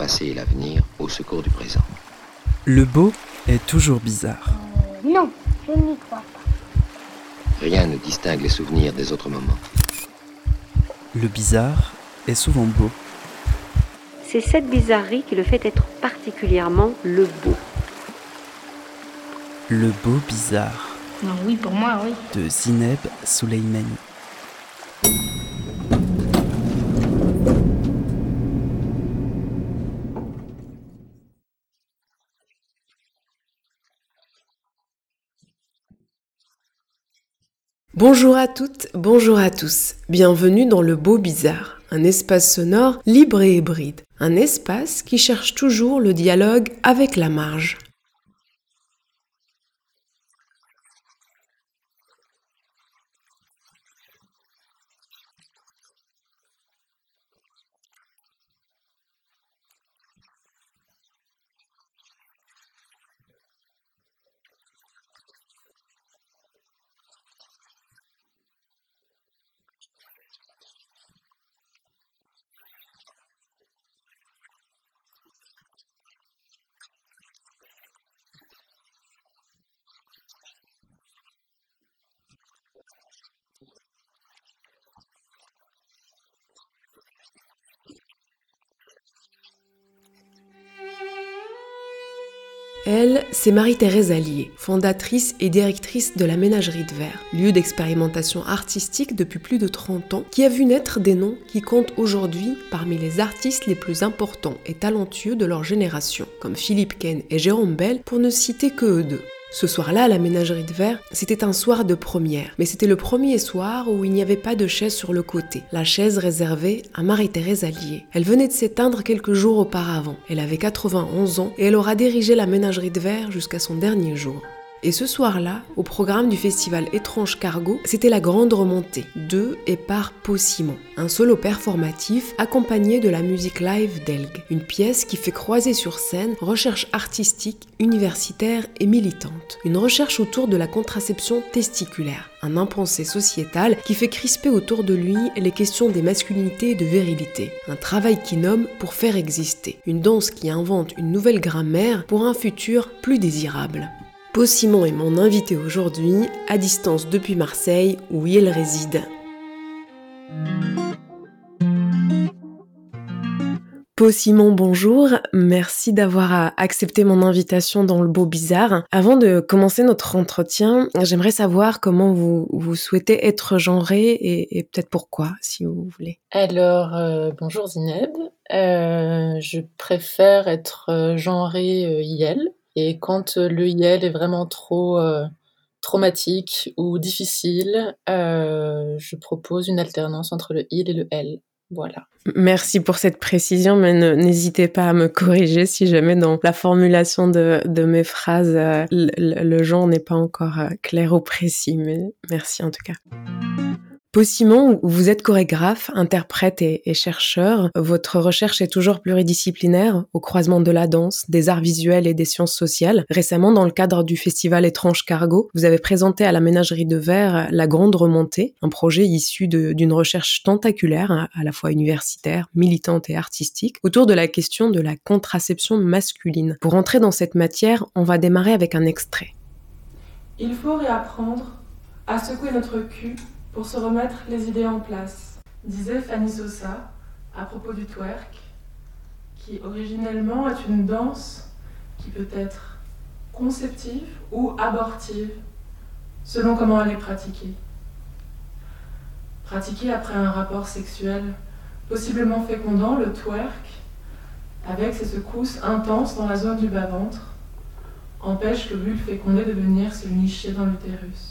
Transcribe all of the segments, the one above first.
passé et l'avenir au secours du présent. Le beau est toujours bizarre. Non, je n'y crois pas. Rien ne distingue les souvenirs des autres moments. Le bizarre est souvent beau. C'est cette bizarrerie qui le fait être particulièrement le beau. Le beau bizarre. Non, oui, pour moi, oui. De Zineb Souleimani. Bonjour à toutes, bonjour à tous. Bienvenue dans Le Beau Bizarre, un espace sonore libre et hybride. Un espace qui cherche toujours le dialogue avec la marge. Elle, c'est Marie-Thérèse Allier, fondatrice et directrice de la Ménagerie de Verre, lieu d'expérimentation artistique depuis plus de 30 ans, qui a vu naître des noms qui comptent aujourd'hui parmi les artistes les plus importants et talentueux de leur génération, comme Philippe Ken et Jérôme Bel, pour ne citer que eux deux. Ce soir-là, à la Ménagerie de Verre, c'était un soir de première, mais c'était le premier soir où il n'y avait pas de chaise sur le côté, la chaise réservée à Marie-Thérèse Allier. Elle venait de s'éteindre quelques jours auparavant. Elle avait 91 ans et elle aura dirigé la Ménagerie de Verre jusqu'à son dernier jour. Et ce soir-là, au programme du festival Étrange Cargo, c'était la grande remontée, de et par Pau Simon, un solo performatif accompagné de la musique live d'Elg, une pièce qui fait croiser sur scène recherche artistique, universitaire et militante, une recherche autour de la contraception testiculaire, un impensé sociétal qui fait crisper autour de lui les questions des masculinités et de virilité, un travail qui nomme pour faire exister, une danse qui invente une nouvelle grammaire pour un futur plus désirable. Pau Simon est mon invité aujourd'hui, à distance depuis Marseille, où il réside. Pau Simon, bonjour. Merci d'avoir accepté mon invitation dans Le Beau Bizarre. Avant de commencer notre entretien, j'aimerais savoir comment vous souhaitez être genré et peut-être pourquoi, si vous voulez. Alors, bonjour Zineb. Je préfère être genrée IL. Et quand le IL est vraiment trop traumatique ou difficile, je propose une alternance entre le IL et le L. Voilà. Merci pour cette précision, mais n'hésitez pas à me corriger si jamais dans la formulation de mes phrases, le genre n'est pas encore clair ou précis, mais merci en tout cas. Pau Simon, vous êtes chorégraphe, interprète et chercheur. Votre recherche est toujours pluridisciplinaire, au croisement de la danse, des arts visuels et des sciences sociales. Récemment, dans le cadre du festival Étrange Cargo, vous avez présenté à la Ménagerie de Verre La Grande Remontée, un projet issu d'une recherche tentaculaire, à la fois universitaire, militante et artistique, autour de la question de la contraception masculine. Pour entrer dans cette matière, on va démarrer avec un extrait. Il faut réapprendre à secouer notre cul pour se remettre les idées en place, disait Fanny Sosa à propos du twerk, qui originellement est une danse qui peut être conceptive ou abortive, selon comment elle est pratiquée. Pratiquée après un rapport sexuel possiblement fécondant, le twerk, avec ses secousses intenses dans la zone du bas-ventre, empêche l'ovule fécondé de venir se nicher dans l'utérus.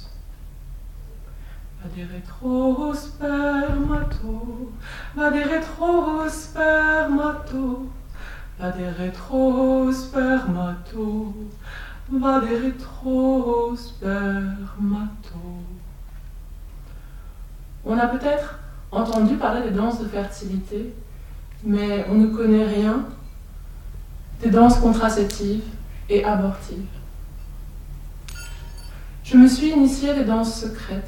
Va des rétrospermato, va des rétrospermato, va des rétrospermato. On a peut-être entendu parler des danses de fertilité, mais on ne connaît rien des danses contraceptives et abortives. Je me suis initiée à des danses secrètes.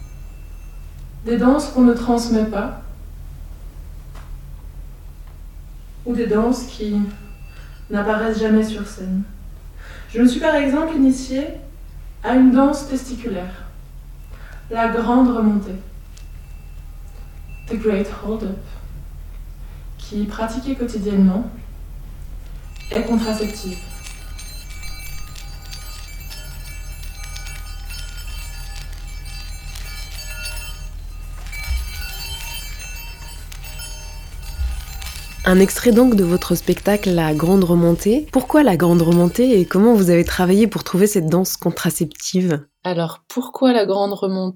Des danses qu'on ne transmet pas, ou des danses qui n'apparaissent jamais sur scène. Je me suis par exemple initiée à une danse testiculaire, la grande remontée, The Great Hold-Up, qui, pratiquée quotidiennement, est contraceptive. Un extrait donc de votre spectacle La Grande Remontée. Pourquoi La Grande Remontée et comment vous avez travaillé pour trouver cette danse contraceptive ? Alors, pourquoi la grande remontée ?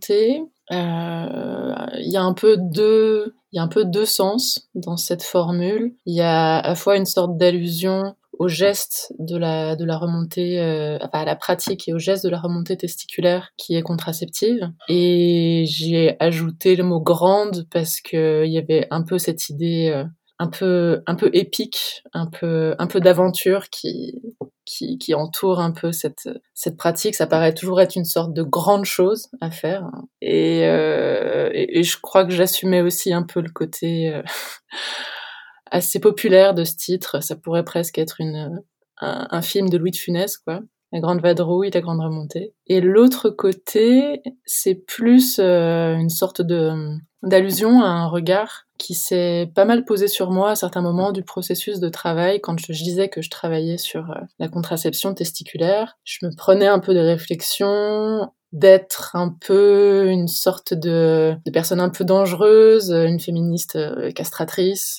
Il y a un peu deux sens dans cette formule. Il y a à la fois une sorte d'allusion au geste de la remontée, enfin à la pratique et au geste de la remontée testiculaire qui est contraceptive. Et j'ai ajouté le mot grande parce que il y avait un peu cette idée un peu épique, un peu d'aventure qui entoure un peu cette pratique. Ça paraît toujours être une sorte de grande chose à faire. Et je crois que j'assumais aussi un peu le côté assez populaire de ce titre. Ça pourrait presque être un film de Louis de Funès, quoi. La grande vadrouille, la grande remontée. Et l'autre côté, c'est plus une sorte d'allusion à un regard qui s'est pas mal posé sur moi à certains moments du processus de travail. Quand je disais que je travaillais sur la contraception testiculaire, je me prenais un peu de réflexion d'être un peu une sorte de personne un peu dangereuse, une féministe castratrice,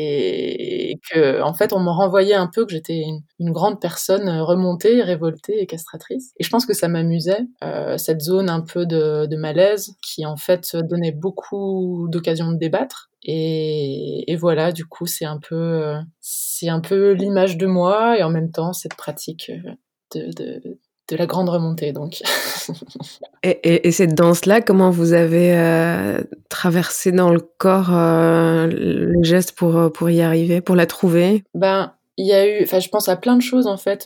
et que en fait on me renvoyait un peu que j'étais une grande personne remontée, révoltée et castratrice. Et je pense que ça m'amusait, cette zone un peu de malaise qui en fait donnait beaucoup d'occasions de débattre. Et voilà, du coup c'est un peu l'image de moi et en même temps cette pratique de la grande remontée, donc. Et cette danse-là, comment vous avez traversé dans le corps le geste pour y arriver, pour la trouver ? Il y a eu, je pense à plein de choses en fait,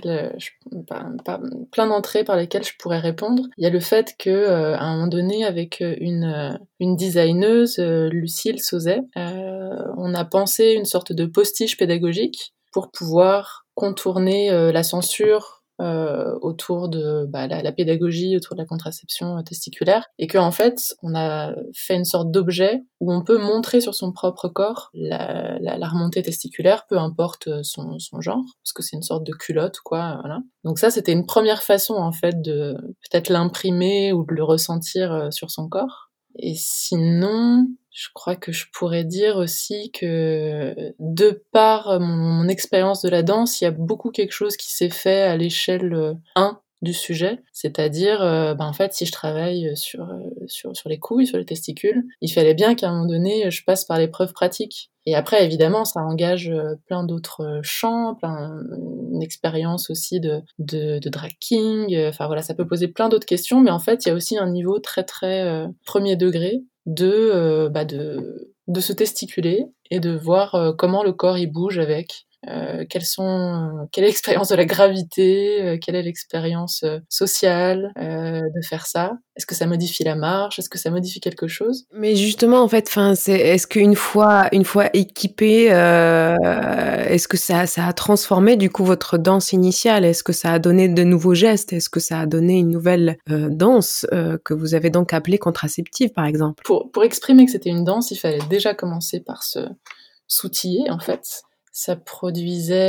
plein d'entrées par lesquelles je pourrais répondre. Il y a le fait que à un moment donné, avec une designeuse, Lucille Sauzet, on a pensé une sorte de postiche pédagogique pour pouvoir contourner la censure autour de la pédagogie, autour de la contraception testiculaire, et qu'en fait on a fait une sorte d'objet où on peut montrer sur son propre corps la remontée testiculaire, peu importe son genre, parce que c'est une sorte de culotte, quoi, voilà. Donc ça, c'était une première façon en fait de peut-être l'imprimer ou de le ressentir sur son corps. Et sinon, je crois que je pourrais dire aussi que de par mon expérience de la danse, il y a beaucoup quelque chose qui s'est fait à l'échelle 1 du sujet, c'est-à-dire en fait si je travaille sur les couilles, sur les testicules, il fallait bien qu'à un moment donné je passe par l'épreuve pratique. Et après évidemment ça engage plein d'autres champs, une expérience aussi de drag king, enfin voilà, ça peut poser plein d'autres questions, mais en fait il y a aussi un niveau très très premier degré de se testiculer et de voir comment le corps il bouge avec. Quelle est l'expérience de la gravité, quelle est l'expérience sociale de faire ça. Est-ce que ça modifie la marche? Est-ce que ça modifie quelque chose? Mais justement, en fait, est-ce qu'une fois équipé, est-ce que ça a transformé du coup votre danse initiale? Est-ce que ça a donné de nouveaux gestes? Est-ce que ça a donné une nouvelle danse que vous avez donc appelée contraceptive, par exemple? Pour exprimer que c'était une danse, il fallait déjà commencer par s'outiller, en fait. Ça produisait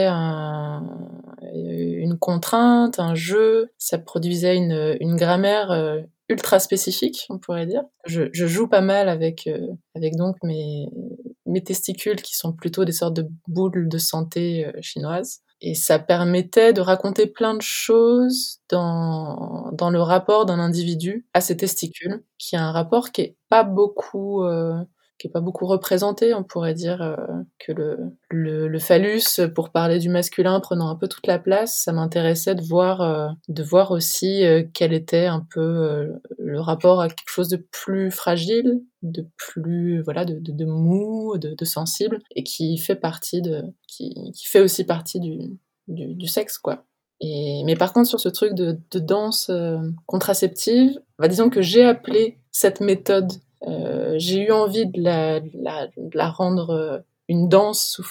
une contrainte, un jeu, ça produisait une grammaire ultra spécifique, on pourrait dire. Je joue pas mal avec donc mes testicules qui sont plutôt des sortes de boules de santé chinoises. Et ça permettait de raconter plein de choses dans le rapport d'un individu à ses testicules, qui a un rapport qui est pas beaucoup représenté. On pourrait dire que le phallus, pour parler du masculin, prenant un peu toute la place, ça m'intéressait de voir aussi quel était un peu le rapport à quelque chose de plus fragile, de plus de mou, de sensible, et qui fait aussi partie du sexe, quoi. Mais par contre, sur ce truc de danse contraceptive, disons que j'ai appelé cette méthode, j'ai eu envie de la rendre une danse sous forme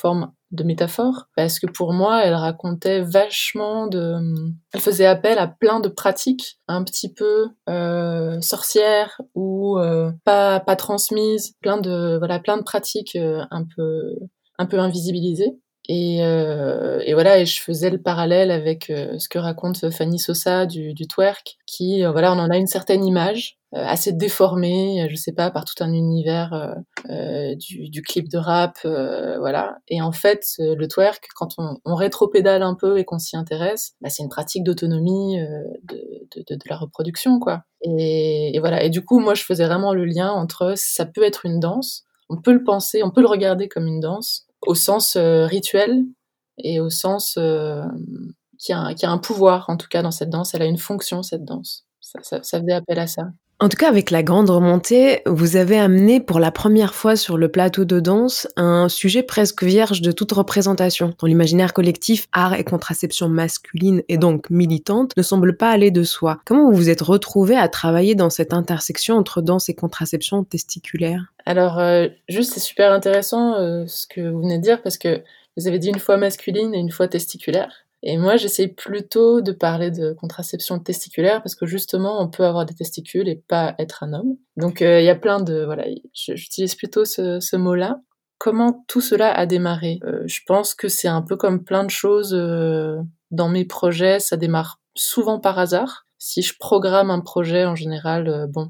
de métaphore, parce que pour moi, elle racontait vachement elle faisait appel à plein de pratiques un petit peu sorcières ou pas transmises, plein de pratiques un peu invisibilisées. Et voilà, et je faisais le parallèle avec ce que raconte Fanny Sosa du twerk, qui voilà, on en a une certaine image assez déformée, je sais pas, par tout un univers du clip de rap, voilà. Et en fait, le twerk, quand on rétropédale un peu et qu'on s'y intéresse, bah, c'est une pratique d'autonomie de la reproduction, quoi. Et voilà. Et du coup, moi, je faisais vraiment le lien entre ça peut être une danse, on peut le penser, on peut le regarder comme une danse, au sens rituel et au sens qui a un pouvoir, en tout cas, dans cette danse. Elle a une fonction, cette danse. Ça faisait appel à ça. En tout cas, avec la grande remontée, vous avez amené pour la première fois sur le plateau de danse un sujet presque vierge de toute représentation. Dans l'imaginaire collectif, art et contraception masculine et donc militante ne semblent pas aller de soi. Comment vous vous êtes retrouvée à travailler dans cette intersection entre danse et contraception testiculaire ? Alors, juste, c'est super intéressant ce que vous venez de dire, parce que vous avez dit une fois masculine et une fois testiculaire. Et moi, j'essaye plutôt de parler de contraception testiculaire parce que justement, on peut avoir des testicules et pas être un homme. Donc, il y a plein de... Voilà, j'utilise plutôt ce mot-là. Comment tout cela a démarré ? Je pense que c'est un peu comme plein de choses dans mes projets, ça démarre souvent par hasard. Si je programme un projet, en général, bon...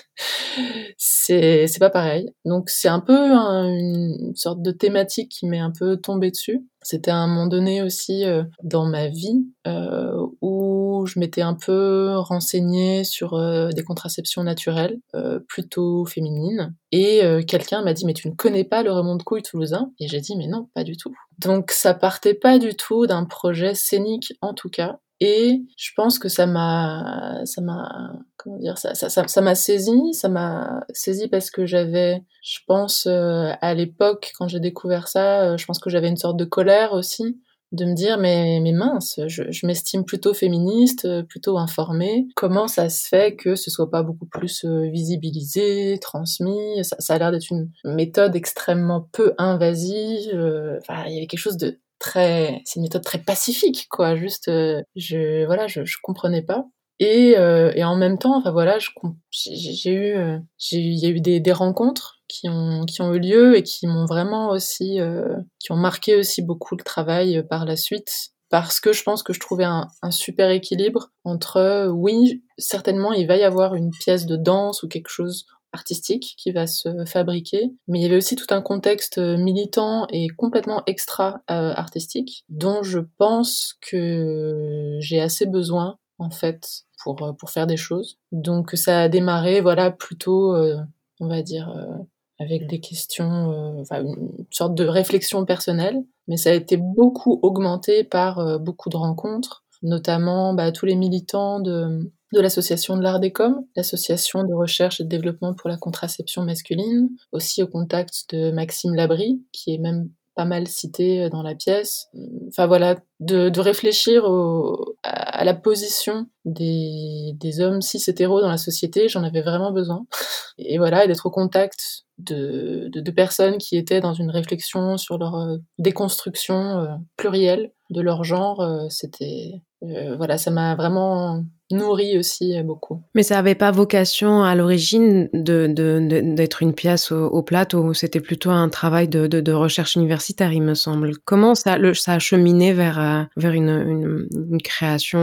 c'est pas pareil. Donc c'est un peu une sorte de thématique qui m'est un peu tombée dessus. C'était à un moment donné aussi dans ma vie où je m'étais un peu renseignée sur des contraceptions naturelles, plutôt féminines. Et quelqu'un m'a dit « Mais tu ne connais pas le remont de couilles toulousain ?» Et j'ai dit « Mais non, pas du tout. » Donc ça partait pas du tout d'un projet scénique en tout cas. Et je pense que ça m'a saisi parce que j'avais, je pense, à l'époque, quand j'ai découvert ça, je pense que j'avais une sorte de colère aussi, de me dire, mais mince, je m'estime plutôt féministe, plutôt informée. Comment ça se fait que ce soit pas beaucoup plus visibilisé, transmis? Ça a l'air d'être une méthode extrêmement peu invasive. Enfin, il y avait quelque chose de c'est une méthode très pacifique, quoi. Juste, je comprenais pas. Et en même temps, enfin voilà, il y a eu des rencontres qui ont eu lieu et qui m'ont vraiment aussi, qui ont marqué aussi beaucoup le travail par la suite. Parce que je pense que je trouvais un super équilibre entre, oui, certainement il va y avoir une pièce de danse ou quelque chose artistique qui va se fabriquer, mais il y avait aussi tout un contexte militant et complètement extra-artistique dont je pense que j'ai assez besoin, en fait, pour faire des choses. Donc ça a démarré, voilà, plutôt, on va dire, avec des questions, une sorte de réflexion personnelle, mais ça a été beaucoup augmenté par beaucoup de rencontres, notamment tous les militants de l'association de l'art des coms, l'association de recherche et de développement pour la contraception masculine, aussi au contact de Maxime Labrie, qui est même pas mal cité dans la pièce. Enfin voilà, de réfléchir à la position des hommes cis hétéros dans la société, j'en avais vraiment besoin. Et voilà, et d'être au contact de personnes qui étaient dans une réflexion sur leur déconstruction plurielle de leur genre, c'était... voilà, ça m'a vraiment nourri aussi beaucoup. Mais ça avait pas vocation à l'origine d'être une pièce au plateau, c'était plutôt un travail de recherche universitaire, il me semble. Comment ça a cheminé vers une création ?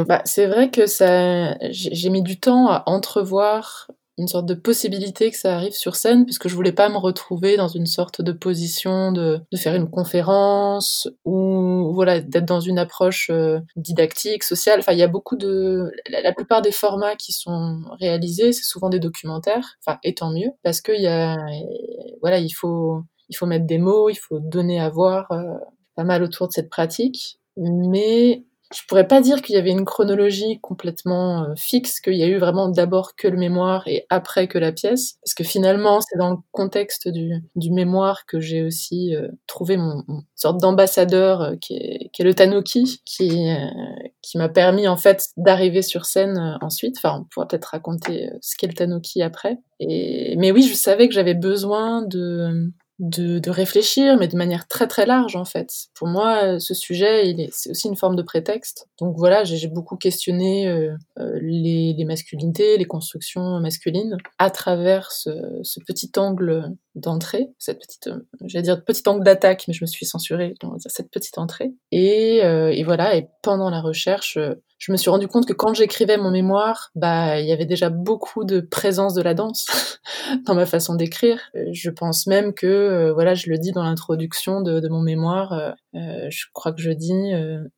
C'est vrai que j'ai mis du temps à entrevoir une sorte de possibilité que ça arrive sur scène, puisque je voulais pas me retrouver dans une sorte de position de faire une conférence ou voilà, d'être dans une approche didactique, sociale. Enfin, il y a beaucoup la plupart des formats qui sont réalisés, c'est souvent des documentaires. Enfin, et tant mieux, parce que voilà, il faut mettre des mots, il faut donner à voir pas mal autour de cette pratique, mais je pourrais pas dire qu'il y avait une chronologie complètement fixe, qu'il y a eu vraiment d'abord que le mémoire et après que la pièce, parce que finalement c'est dans le contexte du mémoire que j'ai aussi trouvé mon sorte d'ambassadeur qui est le tanuki, qui m'a permis en fait d'arriver sur scène ensuite. Enfin, on pourra peut-être raconter ce qu'est le tanuki après. Mais oui, je savais que j'avais besoin de réfléchir, mais de manière très très large en fait. Pour moi, ce sujet, c'est aussi une forme de prétexte. Donc voilà, j'ai beaucoup questionné les masculinités, les constructions masculines à travers ce petit angle d'entrée, cette petite, j'allais dire petit angle d'attaque, mais je me suis censurée, on va dire cette petite entrée. Et voilà, et pendant la recherche, je me suis rendu compte que quand j'écrivais mon mémoire, il y avait déjà beaucoup de présence de la danse dans ma façon d'écrire. Je pense même que, je le dis dans l'introduction de mon mémoire, je crois que je dis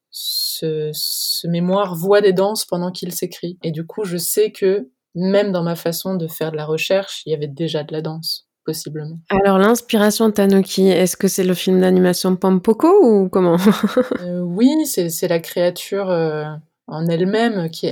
ce mémoire voit des danses pendant qu'il s'écrit. Et du coup, je sais que même dans ma façon de faire de la recherche, il y avait déjà de la danse, possiblement. Alors, l'inspiration Tanuki, est-ce que c'est le film d'animation Pom-Poko ou comment? Oui, c'est la créature en elle-même qui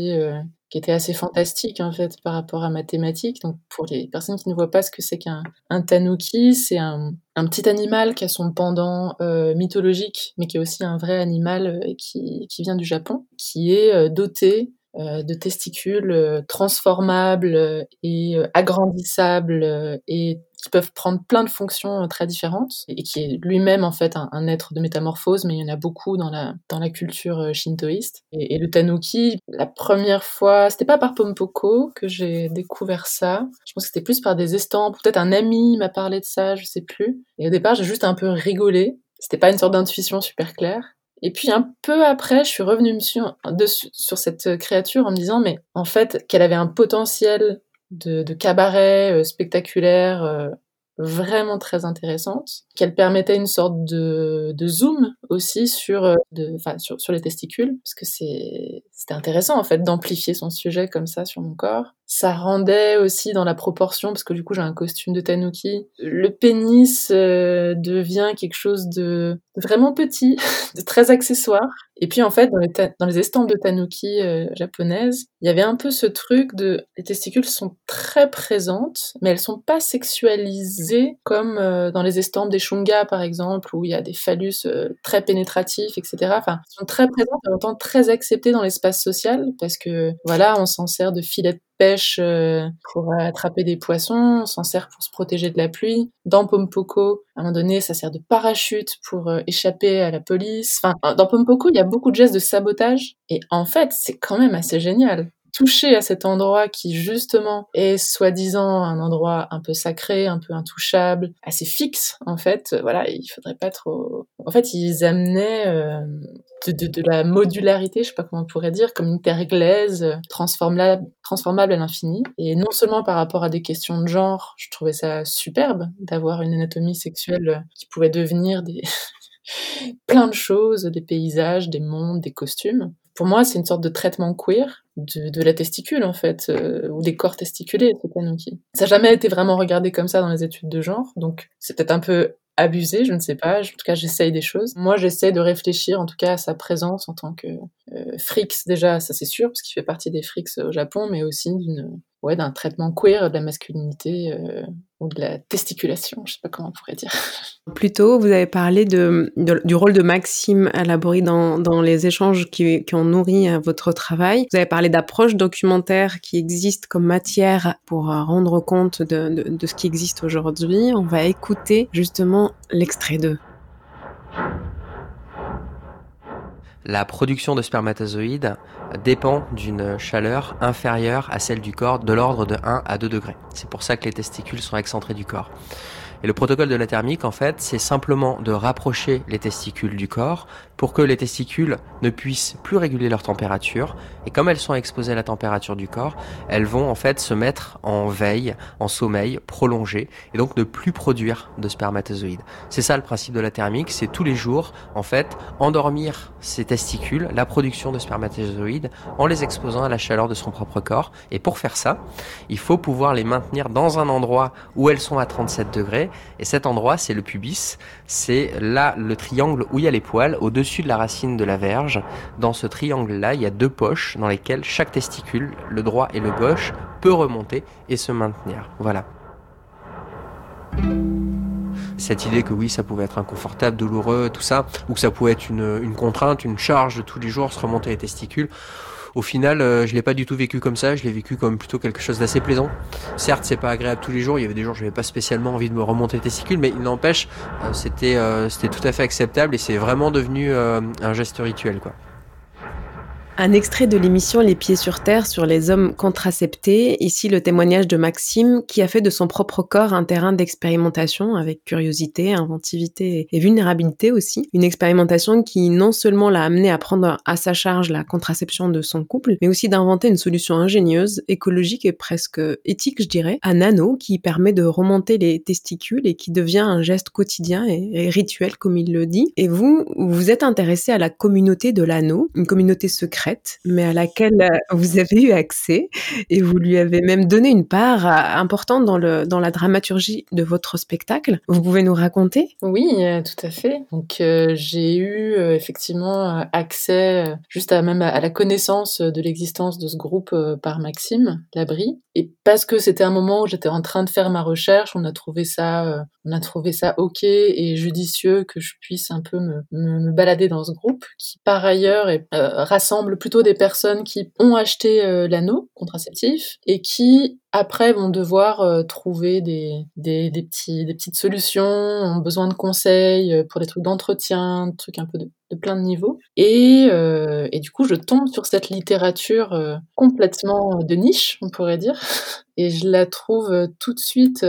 était assez fantastique en fait par rapport à ma thématique. Donc pour les personnes qui ne voient pas ce que c'est qu'un tanuki, c'est un petit animal qui a son pendant mythologique, mais qui est aussi un vrai animal qui vient du Japon, qui est doté de testicules transformables et agrandissables et qui peuvent prendre plein de fonctions très différentes et qui est lui-même en fait un être de métamorphose, mais il y en a beaucoup dans la culture shintoïste. Et le tanuki, la première fois, c'était pas par Pom-Poko que j'ai découvert ça. Je pense que c'était plus par des estampes. Peut-être un ami m'a parlé de ça, je sais plus. Et au départ, j'ai juste un peu rigolé. C'était pas une sorte d'intuition super claire. Et puis un peu après, je suis revenue sur cette créature en me disant, mais en fait, qu'elle avait un potentiel de cabaret spectaculaire vraiment très intéressante, qu'elle permettait une sorte de zoom aussi sur les testicules, parce que c'était intéressant en fait d'amplifier son sujet comme ça sur mon corps. Ça rendait aussi dans la proportion, parce que du coup j'ai un costume de tanuki, le pénis devient quelque chose de vraiment petit, de très accessoire. Et puis en fait, dans les estampes de tanuki japonaises, il y avait un peu ce truc de les testicules sont très présentes, mais elles sont pas sexualisées comme dans les estampes des shunga par exemple, où il y a des phallus très pénétratifs, etc. Enfin, elles sont très présentes et en même temps très acceptées dans l'espace social, parce que voilà, on s'en sert de filet de pêche pour attraper des poissons, on s'en sert pour se protéger de la pluie. Dans Pom-Poko, à un moment donné, ça sert de parachute pour échapper à la police. Enfin, dans Pom-Poko, il y a beaucoup de gestes de sabotage. Et en fait, c'est quand même assez génial. Toucher à cet endroit qui, justement, est soi-disant un endroit un peu sacré, un peu intouchable, assez fixe, en fait. Voilà, il faudrait pas trop... En fait, ils amenaient de la modularité, je sais pas comment on pourrait dire, comme une terre glaise, transformable à l'infini. Et non seulement par rapport à des questions de genre, je trouvais ça superbe d'avoir une anatomie sexuelle qui pouvait devenir plein de choses, des paysages, des mondes, des costumes. Pour moi, c'est une sorte de traitement queer de la testicule, en fait, ou des corps testiculés, ce tanuki. Ça n'a jamais été vraiment regardé comme ça dans les études de genre, donc c'est peut-être un peu abusé, je ne sais pas. En tout cas, j'essaye des choses. Moi, j'essaie de réfléchir, en tout cas, à sa présence en tant que frics, déjà, ça c'est sûr, parce qu'il fait partie des frics au Japon, mais aussi d'un traitement queer de la masculinité ou de la testiculation, je sais pas comment on pourrait dire. Plus tôt, vous avez parlé du rôle de Maxime Laborie dans les échanges qui ont nourri votre travail. Vous avez parlé d'approches documentaires qui existent comme matière pour rendre compte de ce qui existe aujourd'hui. On va écouter justement l'extrait 2. La production de spermatozoïdes dépend d'une chaleur inférieure à celle du corps de l'ordre de 1 à 2 degrés. C'est pour ça que les testicules sont excentrés du corps. Et le protocole de la thermique, en fait, c'est simplement de rapprocher les testicules du corps pour que les testicules ne puissent plus réguler leur température. Et comme elles sont exposées à la température du corps, elles vont en fait se mettre en veille, en sommeil prolongé, et donc ne plus produire de spermatozoïdes. C'est ça le principe de la thermique, c'est tous les jours, en fait, endormir ces testicules, la production de spermatozoïdes, en les exposant à la chaleur de son propre corps. Et pour faire ça, il faut pouvoir les maintenir dans un endroit où elles sont à 37 degrés. Et cet endroit, c'est le pubis, c'est là le triangle où il y a les poils, au-dessus de la racine de la verge. Dans ce triangle-là, il y a 2 poches dans lesquelles chaque testicule, le droit et le gauche, peut remonter et se maintenir. Voilà. Cette idée que oui, ça pouvait être inconfortable, douloureux, tout ça, ou que ça pouvait être une contrainte, une charge de tous les jours, se remonter les testicules. Au final, je l'ai pas du tout vécu comme ça, je l'ai vécu comme plutôt quelque chose d'assez plaisant. Certes, c'est pas agréable tous les jours, il y avait des jours où j'avais pas spécialement envie de me remonter les testicules, mais il n'empêche, c'était tout à fait acceptable et c'est vraiment devenu un geste rituel, quoi. Un extrait de l'émission Les Pieds sur Terre sur les hommes contraceptés, ici le témoignage de Maxime qui a fait de son propre corps un terrain d'expérimentation avec curiosité, inventivité et vulnérabilité aussi. Une expérimentation qui non seulement l'a amené à prendre à sa charge la contraception de son couple, mais aussi d'inventer une solution ingénieuse, écologique et presque éthique je dirais, à nano qui permet de remonter les testicules et qui devient un geste quotidien et rituel comme il le dit. Et vous êtes intéressé à la communauté de l'anneau, une communauté secrète mais à laquelle vous avez eu accès et vous lui avez même donné une part importante dans la dramaturgie de votre spectacle. Vous pouvez nous raconter ? Oui, tout à fait. Donc j'ai eu effectivement accès juste même à la connaissance de l'existence de ce groupe par Maxime Labrie. Et parce que c'était un moment où j'étais en train de faire ma recherche, on a trouvé ça ok et judicieux que je puisse un peu me balader dans ce groupe qui par ailleurs rassemble plutôt des personnes qui ont acheté l'anneau contraceptif et qui après vont devoir trouver des petites solutions, ont besoin de conseils pour des trucs d'entretien, des trucs un peu de plein de niveaux. Et du coup, je tombe sur cette littérature complètement de niche, on pourrait dire, et je la trouve tout de suite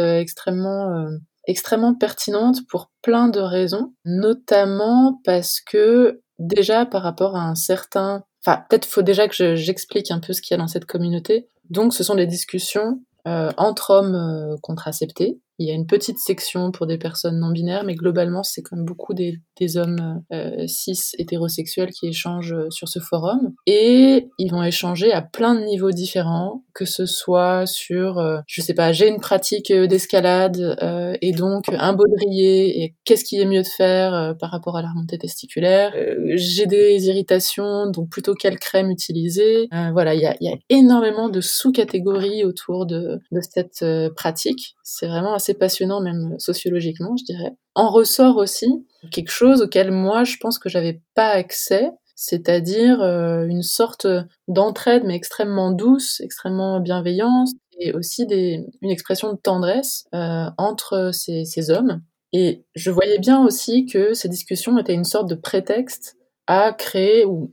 extrêmement pertinente pour plein de raisons, notamment parce que déjà par rapport à un certain... Enfin, peut-être faut déjà que j'explique un peu ce qu'il y a dans cette communauté. Donc, ce sont des discussions entre hommes contraceptés. Il y a une petite section pour des personnes non-binaires, mais globalement, c'est comme beaucoup des hommes cis hétérosexuels qui échangent sur ce forum. Et ils vont échanger à plein de niveaux différents, que ce soit sur, je sais pas, j'ai une pratique d'escalade et donc un baudrier, et qu'est-ce qui est mieux de faire par rapport à la remontée testiculaire. J'ai des irritations, donc plutôt quelle crème utiliser. Voilà, il y a énormément de sous-catégories autour de cette pratique. C'est vraiment assez passionnant, même sociologiquement, je dirais. En ressort aussi quelque chose auquel moi, je pense que j'avais pas accès, c'est-à-dire une sorte d'entraide, mais extrêmement douce, extrêmement bienveillante, et aussi une expression de tendresse entre ces hommes. Et je voyais bien aussi que ces discussions étaient une sorte de prétexte à créer ou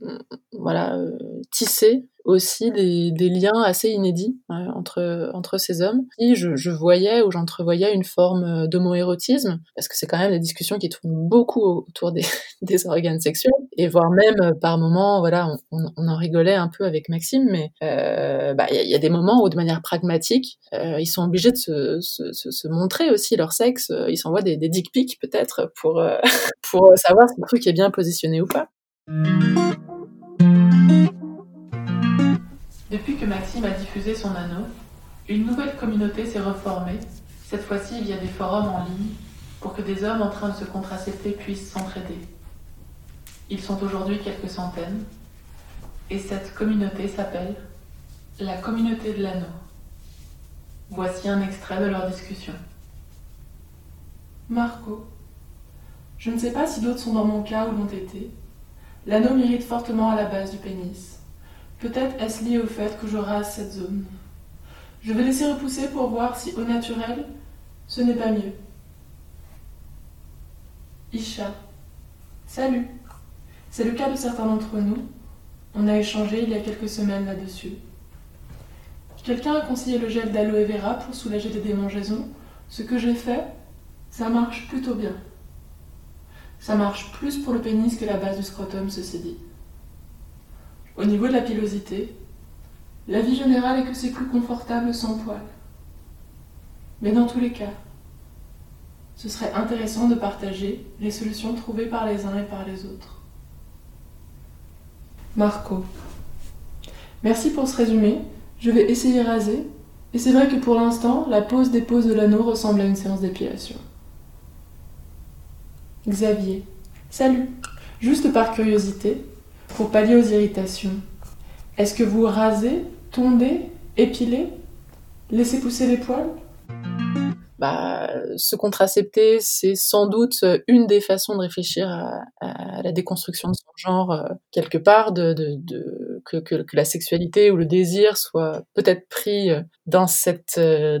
tisser aussi des liens assez inédits entre ces hommes. Et je voyais ou j'entrevoyais une forme d'homoérotisme, parce que c'est quand même des discussions qui tournent beaucoup autour des organes sexuels, et voire même par moments, voilà, on en rigolait un peu avec Maxime, mais y a des moments où de manière pragmatique, ils sont obligés de se montrer aussi leur sexe, ils s'envoient des dick pics peut-être pour savoir si le truc est bien positionné ou pas. Depuis que Maxime a diffusé son anneau, une nouvelle communauté s'est reformée, cette fois-ci via des forums en ligne, pour que des hommes en train de se contracepter puissent s'entraider. Ils sont aujourd'hui quelques centaines, et cette communauté s'appelle la communauté de l'anneau. Voici un extrait de leur discussion. Marco, je ne sais pas si d'autres sont dans mon cas ou l'ont été. L'anneau m'irrite fortement à la base du pénis. Peut-être est-ce lié au fait que je rase cette zone. Je vais laisser repousser pour voir si au naturel, ce n'est pas mieux. Isha. Salut. C'est le cas de certains d'entre nous. On a échangé il y a quelques semaines là-dessus. Quelqu'un a conseillé le gel d'aloe vera pour soulager des démangeaisons. Ce que j'ai fait, ça marche plutôt bien. Ça marche plus pour le pénis que la base du scrotum, ceci dit. Au niveau de la pilosité, l'avis général est que c'est plus confortable sans poil. Mais dans tous les cas, ce serait intéressant de partager les solutions trouvées par les uns et par les autres. Marco. Merci pour ce résumé. Je vais essayer raser. Et c'est vrai que pour l'instant, la pose-dépose de l'anneau ressemble à une séance d'épilation. Xavier. Salut. Juste par curiosité, pour pallier aux irritations, est-ce que vous rasez, tondez, épilez, laissez pousser les poils ? Se contracepter, c'est sans doute une des façons de réfléchir à la déconstruction de son genre, quelque part, de que la sexualité ou le désir soit peut-être pris dans cette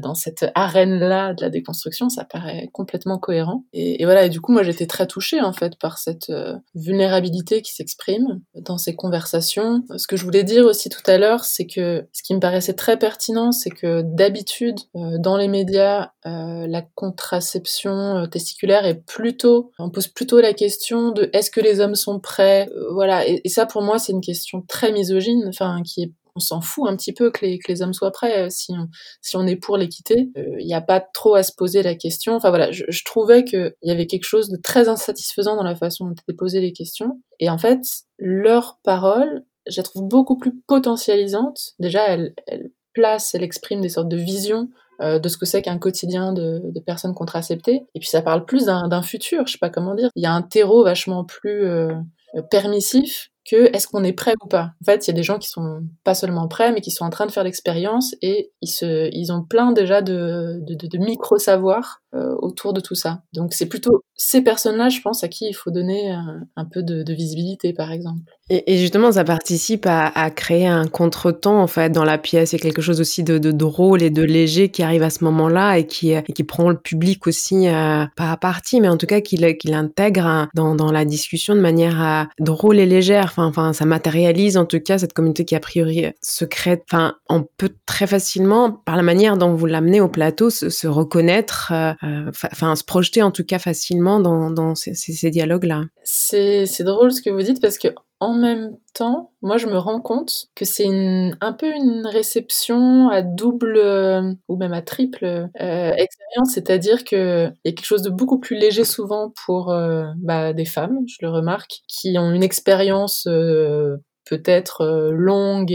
arène-là de la déconstruction, ça paraît complètement cohérent. Et voilà, et du coup, moi, j'étais très touchée, en fait, par cette vulnérabilité qui s'exprime dans ces conversations. Ce que je voulais dire aussi tout à l'heure, c'est que ce qui me paraissait très pertinent, c'est que d'habitude, dans les médias, la contraception testiculaire on pose plutôt la question de est-ce que les hommes sont prêts, voilà, et ça pour moi c'est une question très misogyne, enfin on s'en fout un petit peu que les hommes soient prêts, si on est pour l'équité, il n'y a pas trop à se poser la question. Enfin voilà, je trouvais qu'il y avait quelque chose de très insatisfaisant dans la façon dont étaient posées les questions, et en fait leur parole, je la trouve beaucoup plus potentialisante. Déjà elle exprime des sortes de visions de ce que c'est qu'un quotidien de personnes contraceptées. Et puis ça parle plus d'un futur, je sais pas comment dire. Il y a un terreau vachement plus permissif que est-ce qu'on est prêt ou pas. En fait, il y a des gens qui sont pas seulement prêts, mais qui sont en train de faire l'expérience et ils ont plein déjà de micro-savoirs autour de tout ça. Donc c'est plutôt ces personnes-là, je pense, à qui il faut donner un peu de visibilité, par exemple. Et justement, ça participe à créer un contretemps, en fait, dans la pièce. Il y a quelque chose aussi de drôle et de léger qui arrive à ce moment-là et qui prend le public aussi, pas à partie, mais en tout cas qui l'intègre dans la discussion de manière drôle et légère. Enfin, ça matérialise en tout cas cette communauté qui a priori secrète. Enfin, on peut très facilement, par la manière dont vous l'amenez au plateau, se reconnaître, se projeter en tout cas facilement dans ces dialogues-là. C'est drôle ce que vous dites parce que en même temps, moi je me rends compte que c'est un peu une réception à double ou même à triple expérience, c'est-à-dire que il y a quelque chose de beaucoup plus léger souvent pour des femmes, je le remarque, qui ont une expérience peut-être longue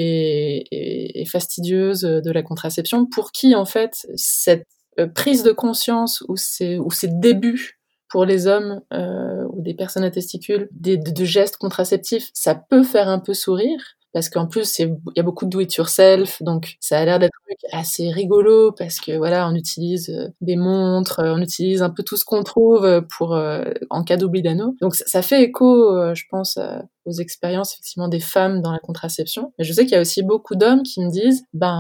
et fastidieuse de la contraception, pour qui en fait cette prise de conscience ou ces débuts pour les hommes ou des personnes à testicules, de gestes contraceptifs, ça peut faire un peu sourire, parce qu'en plus, il y a beaucoup de do it yourself, donc ça a l'air d'être un truc assez rigolo, parce que voilà, on utilise des montres, on utilise un peu tout ce qu'on trouve pour en cas d'oubli d'anneau. Donc ça fait écho, je pense, aux expériences effectivement des femmes dans la contraception. Mais je sais qu'il y a aussi beaucoup d'hommes qui me disent,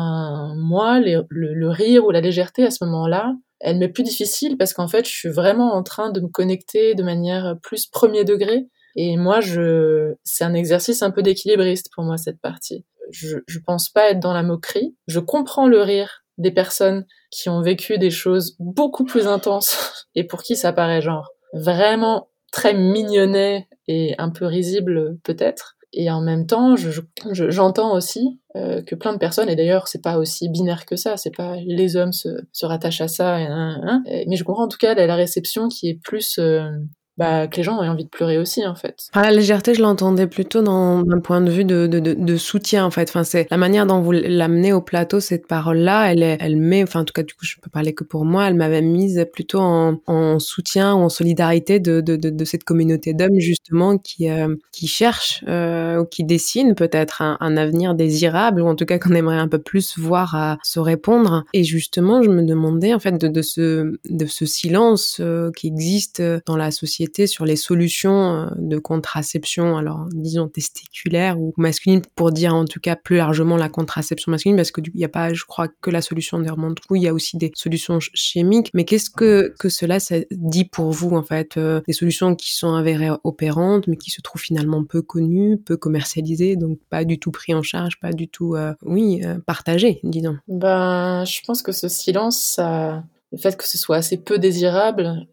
moi, le rire ou la légèreté à ce moment-là, elle m'est plus difficile parce qu'en fait, je suis vraiment en train de me connecter de manière plus premier degré. Et moi, c'est un exercice un peu d'équilibriste pour moi, cette partie. Je pense pas être dans la moquerie. Je comprends le rire des personnes qui ont vécu des choses beaucoup plus intenses et pour qui ça paraît genre vraiment très mignonnet et un peu risible peut-être. Et en même temps, j'entends aussi que plein de personnes, et d'ailleurs c'est pas aussi binaire que ça, c'est pas les hommes se rattachent à ça, mais je comprends en tout cas la réception qui est plus que les gens aient envie de pleurer aussi en fait. La légèreté, je l'entendais plutôt d'un point de vue de soutien en fait. Enfin, c'est la manière dont vous l'amenez au plateau, cette parole-là, elle met, enfin en tout cas du coup je peux parler que pour moi, elle m'avait mise plutôt en soutien ou en solidarité de cette communauté d'hommes justement qui cherchent ou qui dessinent peut-être un avenir désirable, ou en tout cas qu'on aimerait un peu plus voir se répondre. Et justement, je me demandais en fait de ce silence qui existe dans la société sur les solutions de contraception, alors disons testiculaire ou masculine, pour dire en tout cas plus largement la contraception masculine, parce que il y a pas, je crois, que la solution des hormones de couple, il y a aussi des solutions chimiques. Mais qu'est-ce que cela ça dit pour vous en fait, des solutions qui sont avérées opérantes, mais qui se trouvent finalement peu connues, peu commercialisées, donc pas du tout pris en charge, pas du tout, partagées, disons. Je pense que ce silence, le fait que ce soit assez peu désirable,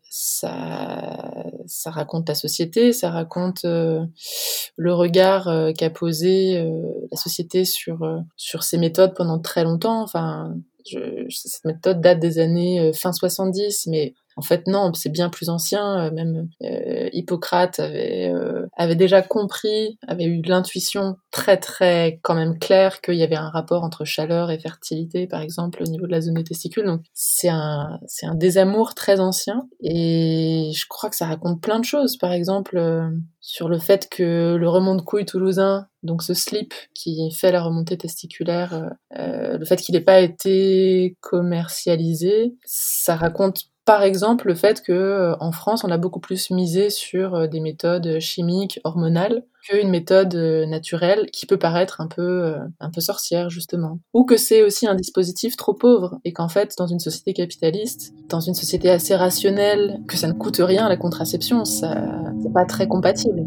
ça raconte la société, ça raconte le regard qu'a posé la société sur ces méthodes pendant très longtemps. Enfin, cette méthode date des années fin 70, mais en fait non, c'est bien plus ancien. Même Hippocrate avait déjà compris, avait eu l'intuition très très quand même claire qu'il y avait un rapport entre chaleur et fertilité, par exemple au niveau de la zone des testicules. Donc c'est un désamour très ancien, et je crois que ça raconte plein de choses. Par exemple sur le fait que le remonte-couille toulousain, donc ce slip qui fait la remontée testiculaire, le fait qu'il n'ait pas été commercialisé, ça raconte Par exemple, le fait que en France, on a beaucoup plus misé sur des méthodes chimiques, hormonales, qu'une méthode naturelle qui peut paraître un peu sorcière, justement. Ou que c'est aussi un dispositif trop pauvre, et qu'en fait, dans une société capitaliste, dans une société assez rationnelle, que ça ne coûte rien la contraception, ça, c'est pas très compatible.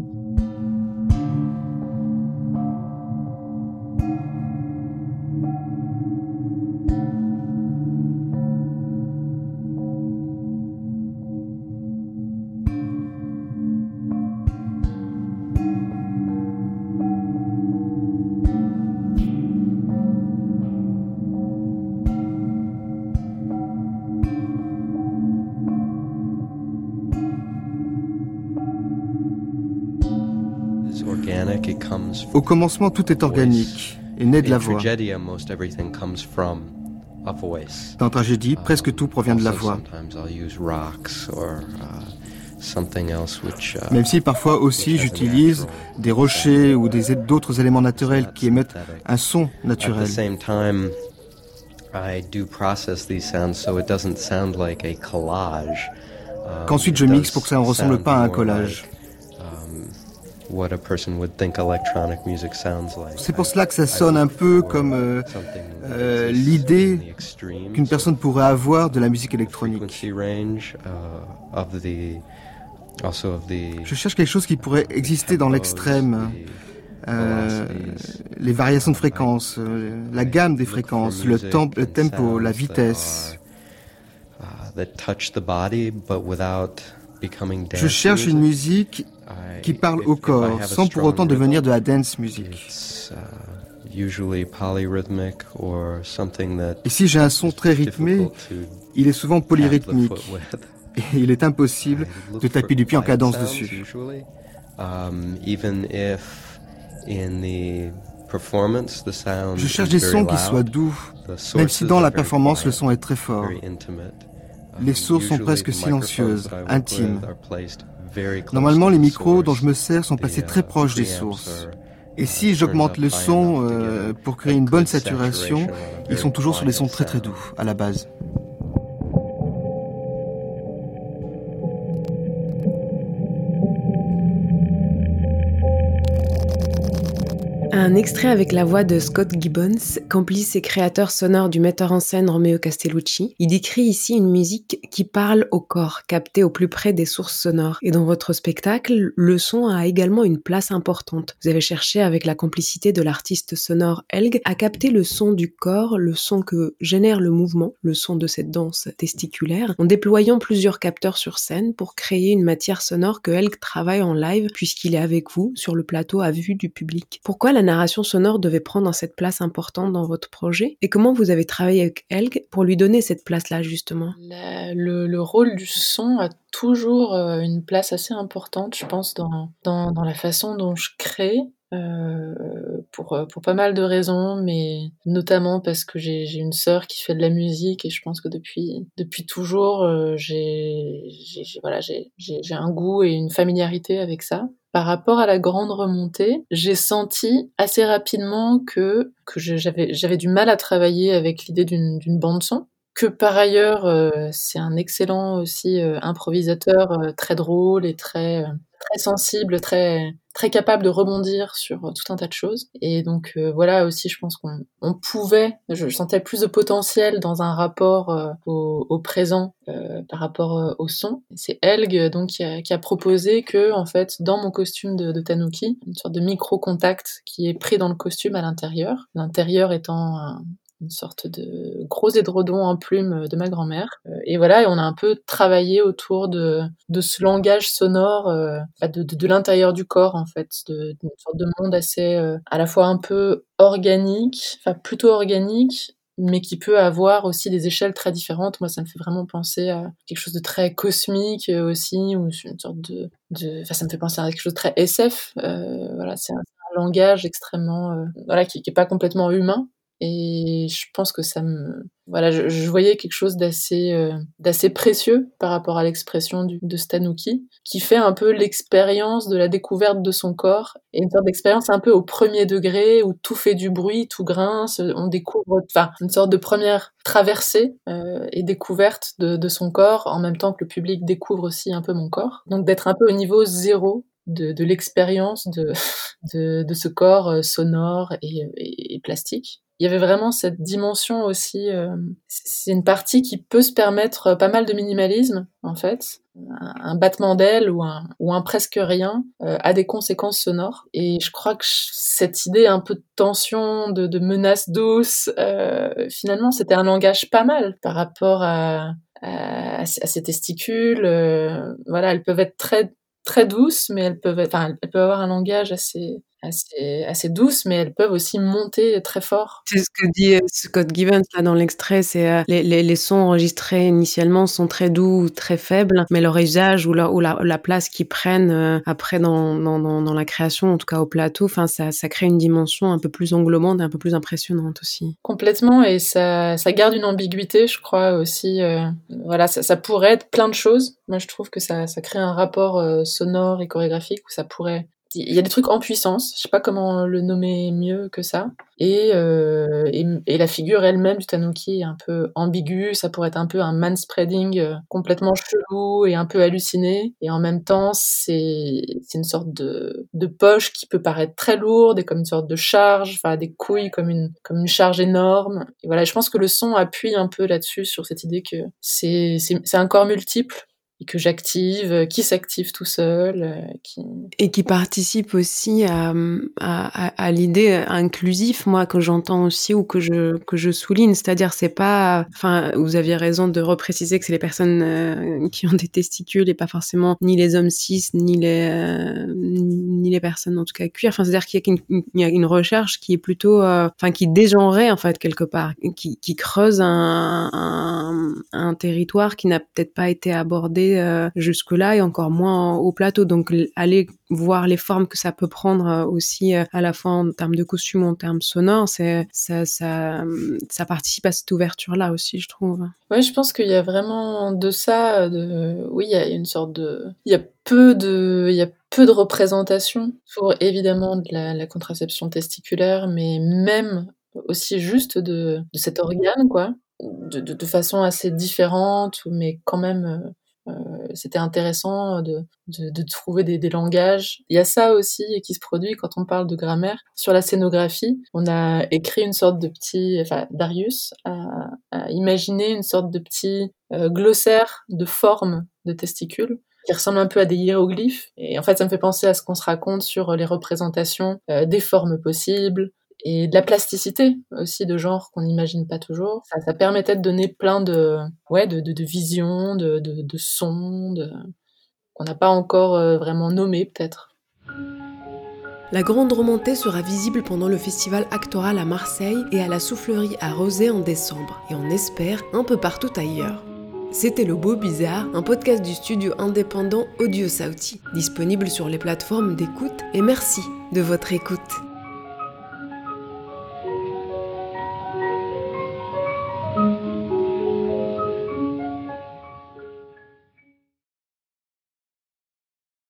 Au commencement, tout est organique et naît de la voix. Dans la tragédie, presque tout provient de la voix. Même si parfois aussi j'utilise des rochers ou d'autres éléments naturels qui émettent un son naturel. Qu'ensuite je mixe pour que ça ne ressemble pas à un collage. C'est pour cela que ça sonne un peu comme l'idée qu'une personne pourrait avoir de la musique électronique. Je cherche quelque chose qui pourrait exister dans l'extrême. Les variations de fréquence, la gamme des fréquences, le tempo, la vitesse. Je cherche une musique qui parle au corps, sans pour autant devenir de la dance music. Et si j'ai un son très rythmé, il est souvent polyrythmique. Et il est impossible de taper du pied en cadence dessus. Je cherche des sons qui soient doux, même si dans la performance le son est très fort. Les sources sont presque silencieuses, intimes. Normalement, les micros dont je me sers sont placés très proches des sources. Et si j'augmente le son pour créer une bonne saturation, ils sont toujours sur des sons très très doux à la base. Un extrait avec la voix de Scott Gibbons, complice et créateur sonore du metteur en scène Romeo Castellucci. Il décrit ici une musique qui parle au corps, captée au plus près des sources sonores. Et dans votre spectacle, le son a également une place importante. Vous avez cherché, avec la complicité de l'artiste sonore Helg, à capter le son du corps, le son que génère le mouvement, le son de cette danse testiculaire, en déployant plusieurs capteurs sur scène pour créer une matière sonore que Helg travaille en live, puisqu'il est avec vous sur le plateau à vue du public. Pourquoi la narration sonore devait prendre cette place importante dans votre projet, et comment vous avez travaillé avec Helg pour lui donner cette place-là justement? Le rôle du son a toujours une place assez importante, je pense, dans la façon dont je crée. Pour pas mal de raisons, mais notamment parce que j'ai une sœur qui fait de la musique et je pense que depuis toujours j'ai un goût et une familiarité avec ça. Par rapport à la grande remontée, j'ai senti assez rapidement que j'avais du mal à travailler avec l'idée d'une bande son. Que par ailleurs, c'est un excellent aussi improvisateur, très drôle et très sensible, très capable de rebondir sur tout un tas de choses. Et donc voilà aussi, je pense qu'on pouvait, je sentais plus de potentiel dans un rapport au présent par rapport au son. C'est Helg donc qui a proposé que en fait dans mon costume de tanuki, une sorte de micro-contact qui est pris dans le costume à l'intérieur étant une sorte de gros édredon en plume de ma grand-mère. Et voilà, et on a un peu travaillé autour de ce langage sonore de l'intérieur du corps, en fait, d'une sorte de monde assez à la fois un peu organique, enfin plutôt organique, mais qui peut avoir aussi des échelles très différentes. Moi, ça me fait vraiment penser à quelque chose de très cosmique aussi, ou une sorte enfin, ça me fait penser à quelque chose de très SF. Voilà, c'est un langage extrêmement, voilà, qui est pas complètement humain. Et je pense que voilà, je voyais quelque chose d'assez précieux par rapport à l'expression de Stanouki, qui fait un peu l'expérience de la découverte de son corps, et une sorte d'expérience un peu au premier degré, où tout fait du bruit, tout grince, on découvre, enfin, une sorte de première traversée et découverte de son corps, en même temps que le public découvre aussi un peu mon corps. Donc d'être un peu au niveau zéro de l'expérience de ce corps sonore et plastique. Il y avait vraiment cette dimension aussi, c'est une partie qui peut se permettre pas mal de minimalisme, en fait. Un battement d'aile ou un presque rien a des conséquences sonores. Et je crois que cette idée un peu de tension, de menace douce, finalement, c'était un langage pas mal par rapport à ces testicules. Voilà, elles peuvent être très très douces, mais elles peuvent avoir un langage assez douce, mais elles peuvent aussi monter très fort. C'est ce que dit Scott Givens là dans l'extrait, c'est les sons enregistrés initialement sont très doux, très faibles, mais leur usage ou la place qu'ils prennent après dans la création, en tout cas au plateau, enfin ça crée une dimension un peu plus englobante et un peu plus impressionnante aussi. Complètement, et ça garde une ambiguïté, je crois aussi. Voilà, ça pourrait être plein de choses. Moi, je trouve que ça crée un rapport sonore et chorégraphique où ça pourrait. Il y a des trucs en puissance, je sais pas comment le nommer mieux que ça, et la figure elle-même du tanuki est un peu ambiguë, ça pourrait être un peu un manspreading complètement chelou et un peu halluciné, et en même temps c'est une sorte de poche qui peut paraître très lourde et comme une sorte de charge, enfin des couilles comme une charge énorme. Et voilà, je pense que le son appuie un peu là-dessus, sur cette idée que c'est un corps multiple et que j'active, qui s'active tout seul, et qui participe aussi à l'idée inclusive, moi, que j'entends aussi ou que je souligne, c'est-à-dire c'est pas, enfin, vous aviez raison de repréciser que c'est les personnes qui ont des testicules et pas forcément ni les hommes cis ni les personnes en tout cas queer, enfin c'est-à-dire qu'il y a une recherche qui est plutôt, enfin qui dégenrait en fait quelque part, qui creuse un territoire qui n'a peut-être pas été abordé jusque-là et encore moins au plateau. Donc aller voir les formes que ça peut prendre aussi à la fois en termes de costume, en termes sonores, ça participe à cette ouverture-là aussi, je trouve. Ouais, je pense qu'il y a vraiment de ça. Oui, il y a une sorte de, il y a peu de représentation pour évidemment de la contraception testiculaire, mais même aussi juste de cet organe, quoi, de façon assez différente, mais quand même. C'était intéressant de trouver des langages. Il y a ça aussi qui se produit quand on parle de grammaire. Sur la scénographie, on a écrit une sorte de petit... Enfin, Darius a imaginé une sorte de petit glossaire de formes de testicules qui ressemble un peu à des hiéroglyphes. Et en fait, ça me fait penser à ce qu'on se raconte sur les représentations des formes possibles, et de la plasticité aussi de genre qu'on n'imagine pas toujours. Ça permettait de donner plein de visions, de sons, qu'on n'a pas encore vraiment nommé peut-être. La Grande Remontée sera visible pendant le festival Actoral à Marseille et à la Soufflerie à Rozay en décembre, et on espère un peu partout ailleurs. C'était Le Beau Bizarre, un podcast du studio indépendant Audio Sauti, disponible sur les plateformes d'écoute, et merci de votre écoute.